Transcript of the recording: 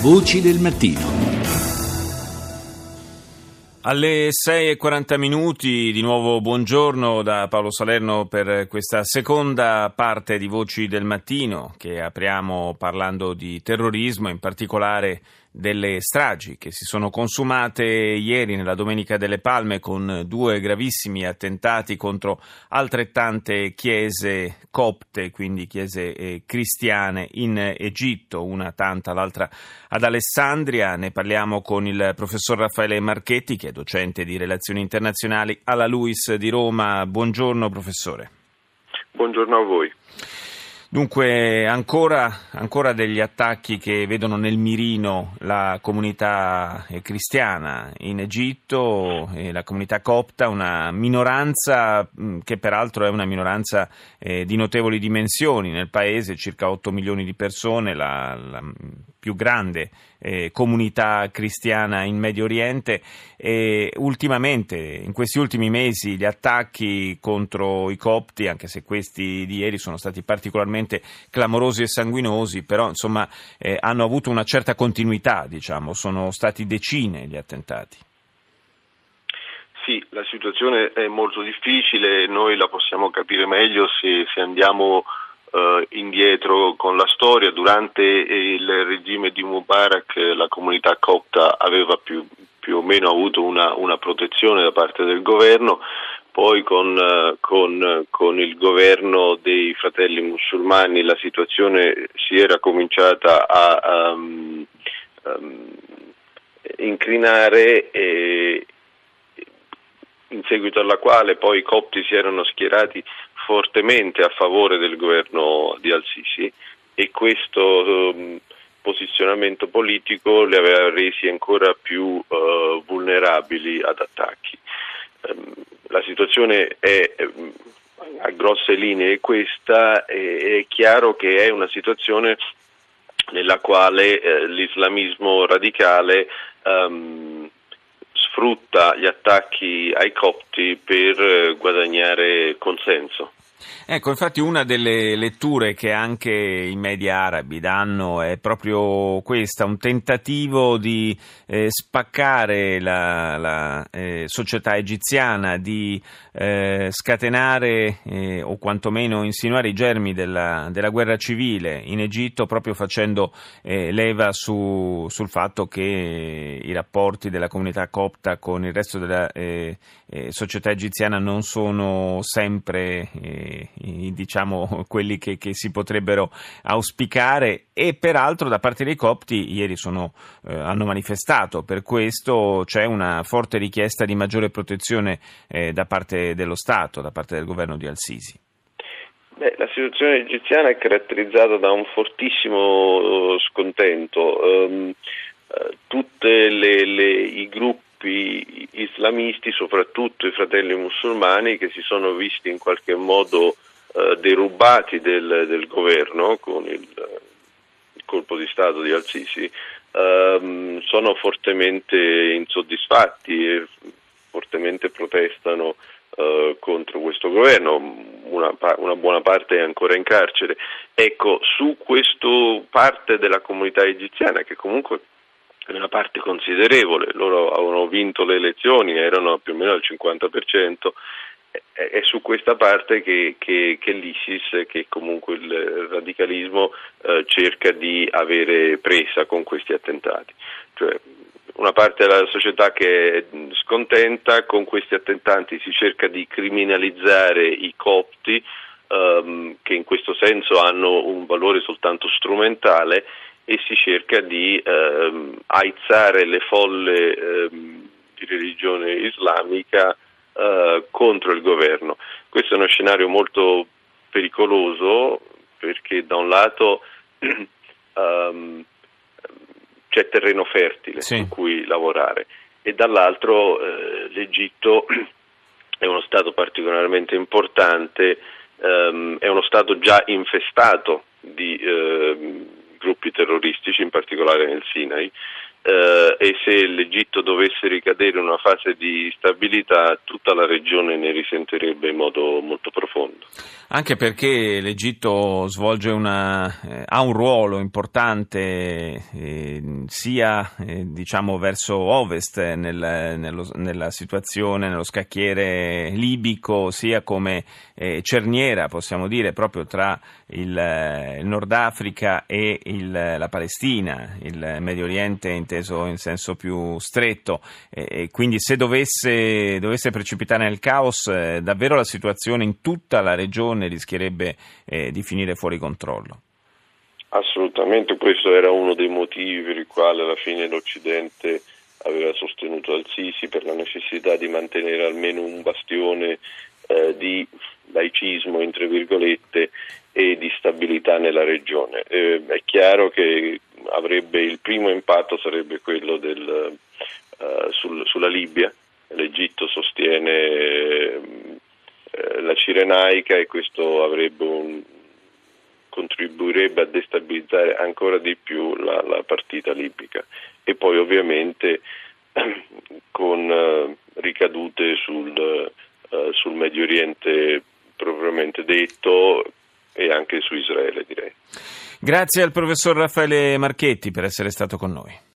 Voci del mattino. Alle 6:40 di nuovo buongiorno da Paolo Salerno per questa seconda parte di Voci del Mattino, che apriamo parlando di terrorismo, in particolare delle stragi che si sono consumate ieri nella Domenica delle Palme con 2 gravissimi attentati contro altrettante chiese copte, quindi chiese cristiane in Egitto, una tanta, l'altra ad Alessandria. Ne parliamo con il professor Raffaele Marchetti, che è docente di relazioni internazionali alla LUISS di Roma. Buongiorno professore. Buongiorno a voi. Dunque, ancora degli attacchi che vedono nel mirino la comunità cristiana in Egitto, la comunità copta, una minoranza che peraltro è una minoranza di notevoli dimensioni nel paese, circa 8 milioni di persone, la più grande comunità cristiana in Medio Oriente. E ultimamente, in questi ultimi mesi, gli attacchi contro i copti, anche se questi di ieri sono stati particolarmente clamorosi e sanguinosi, però insomma hanno avuto una certa continuità, diciamo, sono stati decine gli attentati. Sì, la situazione è molto difficile, noi la possiamo capire meglio se andiamo indietro con la storia. Durante il regime di Mubarak la comunità copta aveva più o meno avuto una protezione da parte del governo, poi con il governo dei fratelli musulmani la situazione si era cominciata a incrinare, in seguito alla quale poi i copti si erano schierati fortemente a favore del governo di Al-Sisi, e questo posizionamento politico li aveva resi ancora più vulnerabili ad attacchi. La situazione è a grosse linee questa, è chiaro che è una situazione nella quale l'islamismo radicale sfrutta gli attacchi ai copti per guadagnare consenso. Ecco, infatti una delle letture che anche i media arabi danno è proprio questa, un tentativo di spaccare la società egiziana, di scatenare o quantomeno insinuare i germi della guerra civile in Egitto, proprio facendo leva sul fatto che i rapporti della comunità copta con il resto della società egiziana non sono sempre diciamo quelli che si potrebbero auspicare, e peraltro da parte dei copti ieri hanno manifestato per questo. C'è una forte richiesta di maggiore protezione da parte dello Stato, da parte del governo di Al-Sisi. La situazione egiziana è caratterizzata da un fortissimo scontento. Tutti i gruppi islamisti, soprattutto i fratelli musulmani, che si sono visti in qualche modo derubati del governo con il colpo di Stato di Al-Sisi, sono fortemente insoddisfatti e fortemente protestano contro questo governo. Una buona parte è ancora in carcere. Ecco, su questo parte della comunità egiziana, che comunque è una parte considerevole, loro avevano vinto le elezioni, erano più o meno al 50%, è su questa parte che l'ISIS, che comunque il radicalismo cerca di avere presa con questi attentati. Cioè, una parte della società che è scontenta, con questi attentati si cerca di criminalizzare i copti, che in questo senso hanno un valore soltanto strumentale, e si cerca di aizzare le folle di religione islamica contro il governo. Questo è uno scenario molto pericoloso, perché da un lato c'è terreno fertile su cui lavorare, e dall'altro l'Egitto è uno stato particolarmente importante, è uno stato già infestato di gruppi terroristici, in particolare nel Sinai, e se l'Egitto dovesse ricadere in una fase di stabilità, tutta la regione ne risenterebbe in modo molto profondo. Anche perché l'Egitto svolge ha un ruolo importante sia diciamo verso ovest nella situazione, nello scacchiere libico, sia come cerniera, possiamo dire, proprio tra il Nord Africa e la Palestina, il Medio Oriente inteso in senso più stretto, e quindi se dovesse precipitare nel caos, davvero la situazione in tutta la regione rischierebbe di finire fuori controllo. Assolutamente, questo era uno dei motivi per i quali alla fine l'Occidente aveva sostenuto al-Sisi, per la necessità di mantenere almeno un bastione di laicismo, entre virgolette, e di stabilità nella regione. È chiaro che il primo impatto sarebbe quello sulla Libia. L'Egitto sostiene la Cirenaica e questo contribuirebbe a destabilizzare ancora di più la partita libica, e poi ovviamente con ricadute sul Medio Oriente propriamente detto e anche su Israele, direi. Grazie al professor Raffaele Marchetti per essere stato con noi.